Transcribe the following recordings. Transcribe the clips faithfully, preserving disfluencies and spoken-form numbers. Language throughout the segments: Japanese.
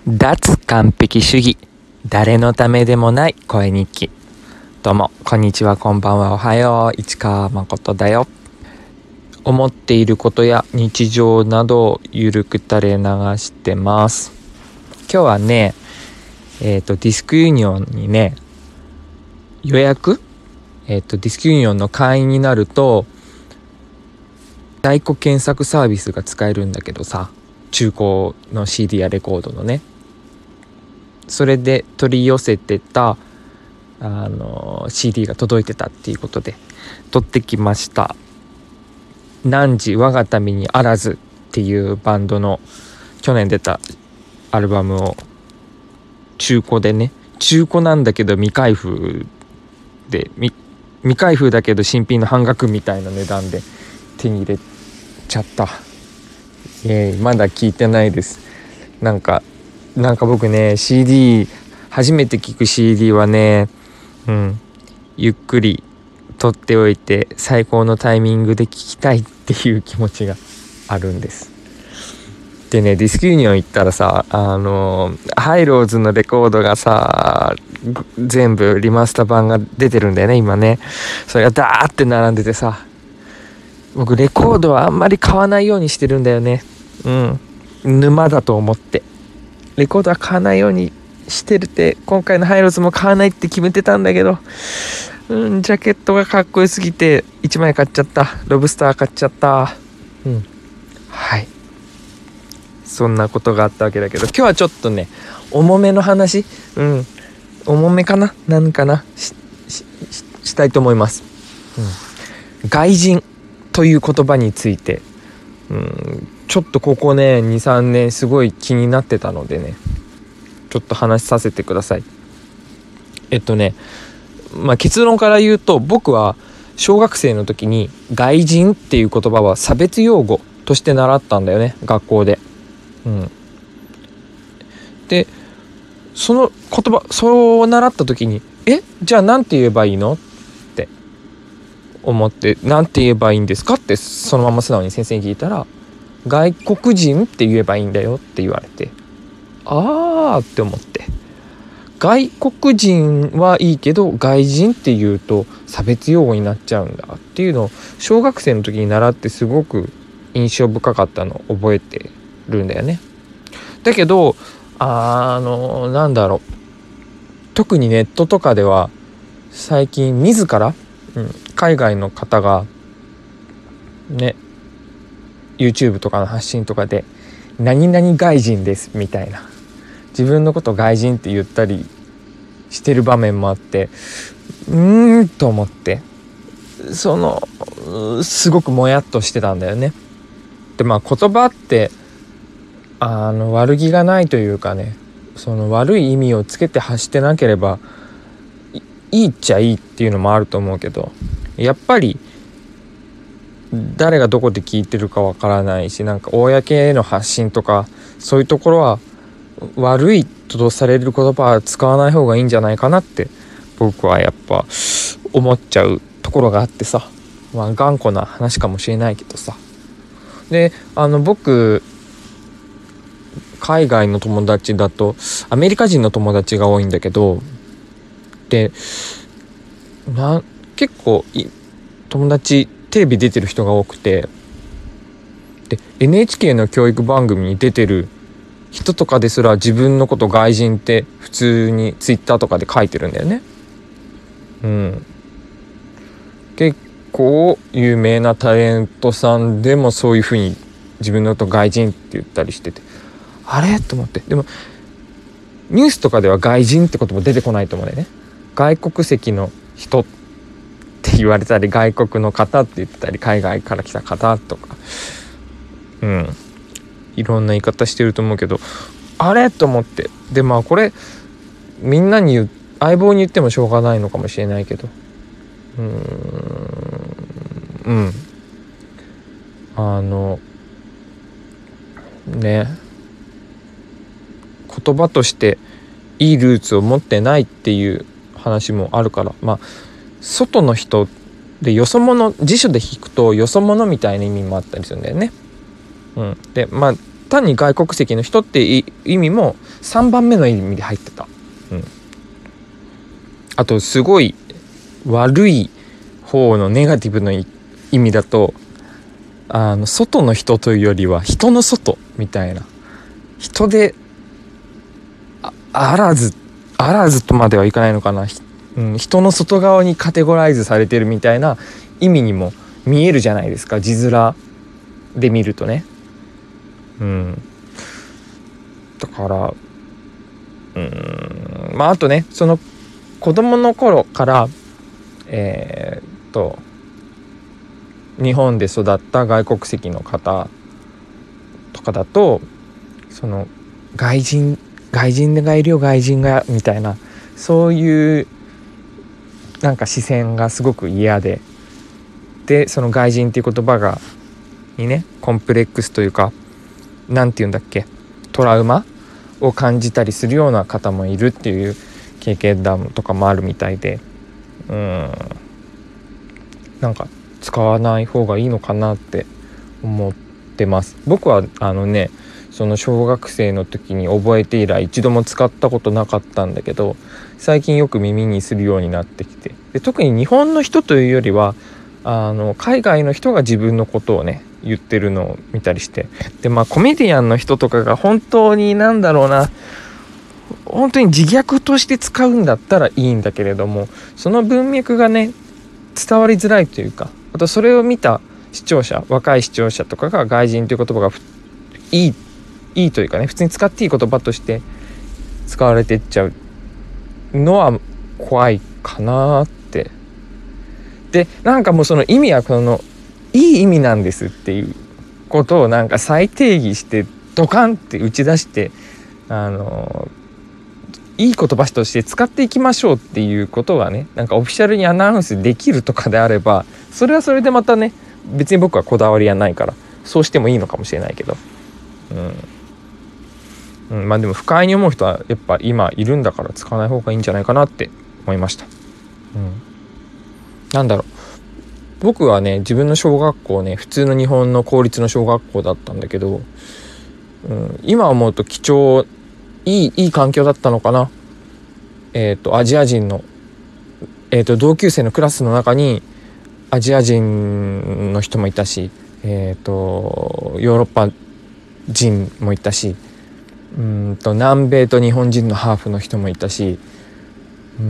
脱完璧主義、誰のためでもない声日記。どうもこんにちは、こんばんは、おはよう。市川誠だよ。思っていることや日常などをゆるく垂れ流してます。今日はねえっ、ー、とディスクユニオンにね予約えっ、ー、とディスクユニオンの会員になると在庫検索サービスが使えるんだけどさ、中古の シーディー やレコードのね、それで取り寄せてたあの シーディー が届いてたっていうことで取ってきました。汝我が民にあらずっていうバンドの去年出たアルバムを中古でね、中古なんだけど未開封で 未, 未開封だけど新品の半額みたいな値段で手に入れちゃった。えー、まだ聞いてないです。なんかなんか僕ね シーディー 初めて聞く シーディー はね、うん、ゆっくり取っておいて最高のタイミングで聞きたいっていう気持ちがあるんです。でね、ディスクユニオン行ったらさ、あのハイローズのレコードがさ全部リマスター版が出てるんだよね今ね。それがダーって並んでてさ、僕レコードはあんまり買わないようにしてるんだよね。うん沼だと思ってレコードは買わないようにしてるって、今回のハイローズも買わないって決めてたんだけど、うんジャケットがかっこよすぎていちまい買っちゃった。ロブスター買っちゃった。うんはいそんなことがあったわけだけど、今日はちょっとね重めの話、うん重めかななんかな し, し, したいと思います、うん、外人という言葉について、うん、ちょっとここね に,さん 年すごい気になってたのでね、ちょっと話させてください。えっとねまあ結論から言うと、僕は小学生の時に外人っていう言葉は差別用語として習ったんだよね、学校で。うん、でその言葉そう習った時にえじゃあなんて言えばいいのって思って、なんて言えばいいんですかってそのまま素直に先生に聞いたら、外国人って言えばいいんだよって言われて、あーって思って、外国人はいいけど外人って言うと差別用語になっちゃうんだっていうのを小学生の時に習って、すごく印象深かったのを覚えてるんだよね。だけどあのなんだろう、特にネットとかでは最近自ら、うん、海外の方がね YouTube とかの発信とかで何々外人ですみたいな、自分のこと外人って言ったりしてる場面もあって、うーんと思って、そのすごくもやっとしてたんだよね。でまあ言葉ってあの悪気がないというかね、その悪い意味をつけて発してなければいいっちゃいいっていうのもあると思うけど、やっぱり誰がどこで聞いてるかわからないし、なんか公への発信とかそういうところは悪いとされる言葉は使わない方がいいんじゃないかなって僕はやっぱ思っちゃうところがあってさ、まあ頑固な話かもしれないけどさ。であの僕海外の友達だとアメリカ人の友達が多いんだけど、でな結構友達テレビ出てる人が多くて、で エヌエイチケー の教育番組に出てる人とかですら自分のこと外人って普通にツイッターとかで書いてるんだよね。うん結構有名なタレントさんでもそういう風に自分のこと外人って言ったりしてて、あれと思って。でもニュースとかでは外人って言葉出てこないと思うんだよね。外国籍の人って言われたり、外国の方って言ったり、海外から来た方とか、うんいろんな言い方してると思うけど、あれと思って。でまあこれみんなに言う相棒に言ってもしょうがないのかもしれないけど、うーんうんあのね言葉としていいルーツを持ってないっていう話もあるから、まあ外の人でよそ者、辞書で引くとよそ者みたいな意味もあったりするんだよね。うん、でまあ単に外国籍の人って意味もさんばんめの意味で入ってた、うん、あとすごい悪い方のネガティブの意味だと、あの外の人というよりは人の外みたいな、人で あ, あらずあらずとまではいかないのかな、うん、人の外側にカテゴライズされてるみたいな意味にも見えるじゃないですか、字面で見るとね。うん、だからうんまああとね、その子供の頃からえー、っと日本で育った外国籍の方とかだと、その外人外人がいるよ外人がみたいな、そういうなんか視線がすごく嫌で、でその外人っていう言葉がにねコンプレックスというか、なんていうんだっけ、トラウマを感じたりするような方もいるっていう経験談とかもあるみたいで、うーんなんか使わない方がいいのかなって思ってます。僕はあのねその小学生の時に覚えて以来一度も使ったことなかったんだけど、最近よく耳にするようになってきて、で特に日本の人というよりはあの海外の人が自分のことをね言ってるのを見たりして、でまあコメディアンの人とかが本当になんだろうな、本当に自虐として使うんだったらいいんだけれども、その文脈がね伝わりづらいというか、あとそれを見た視聴者、若い視聴者とかが外人という言葉がいいいいというかね、普通に使っていい言葉として使われていっちゃうのは怖いかなって。でなんかもうその意味はこのいい意味なんですっていうことをなんか再定義してドカンって打ち出して、あのいい言葉として使っていきましょうっていうことがね、なんかオフィシャルにアナウンスできるとかであれば、それはそれでまたね、別に僕はこだわりはないからそうしてもいいのかもしれないけど、うん、うん、まあでも不快に思う人はやっぱ今いるんだから使わない方がいいんじゃないかなって思いました。うん、なんだろう、僕はね自分の小学校ね普通の日本の公立の小学校だったんだけど、うん、今思うと貴重いいいい環境だったのかな。えっとアジア人の、えー、と同級生のクラスの中にアジア人の人もいたし、えっとヨーロッパ人もいたし、うんと南米と日本人のハーフの人もいたし、うん、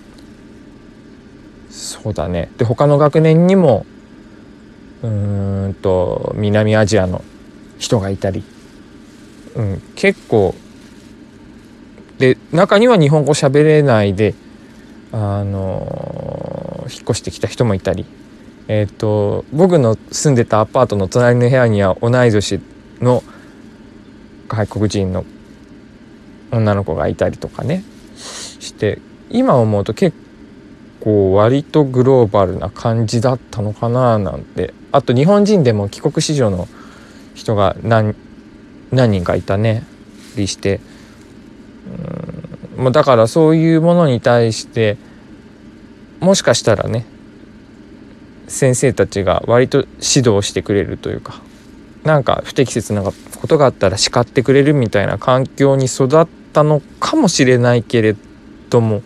そうだね。で他の学年にもうーんと南アジアの人がいたり、うん、結構で中には日本語喋れないであの引っ越してきた人もいたり、えーと僕の住んでたアパートの隣の部屋には同い年の外国人の女の子がいたりとかねして、今思うと結構割とグローバルな感じだったのかななんて。あと日本人でも帰国子女の人が 何, 何人かいたねりして、うん、もうだからそういうものに対してもしかしたらね先生たちが割と指導してくれるというか、なんか不適切なことがあったら叱ってくれるみたいな環境に育ったのかもしれないけれども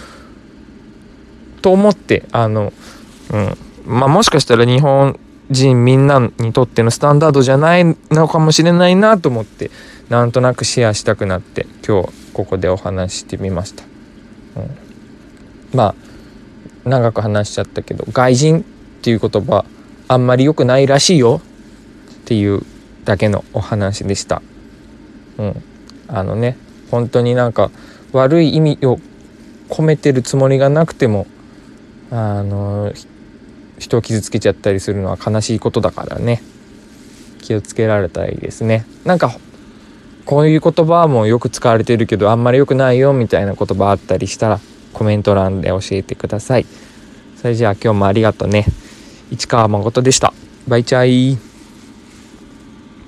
と思って、あの、うんまあ、もしかしたら日本人みんなにとってのスタンダードじゃないのかもしれないなと思って、なんとなくシェアしたくなって今日ここでお話ししてみました。うん、まあ長く話しちゃったけど、外人っていう言葉あんまり良くないらしいよっていうだけのお話でした。うん、あのね本当になんか悪い意味を込めてるつもりがなくてもあの人を傷つけちゃったりするのは悲しいことだからね、気をつけられたらいいですね。なんかこういう言葉もよく使われてるけどあんまり良くないよみたいな言葉あったりしたらコメント欄で教えてください。それじゃあ今日もありがとうね。市川誠でした。バイチャイ。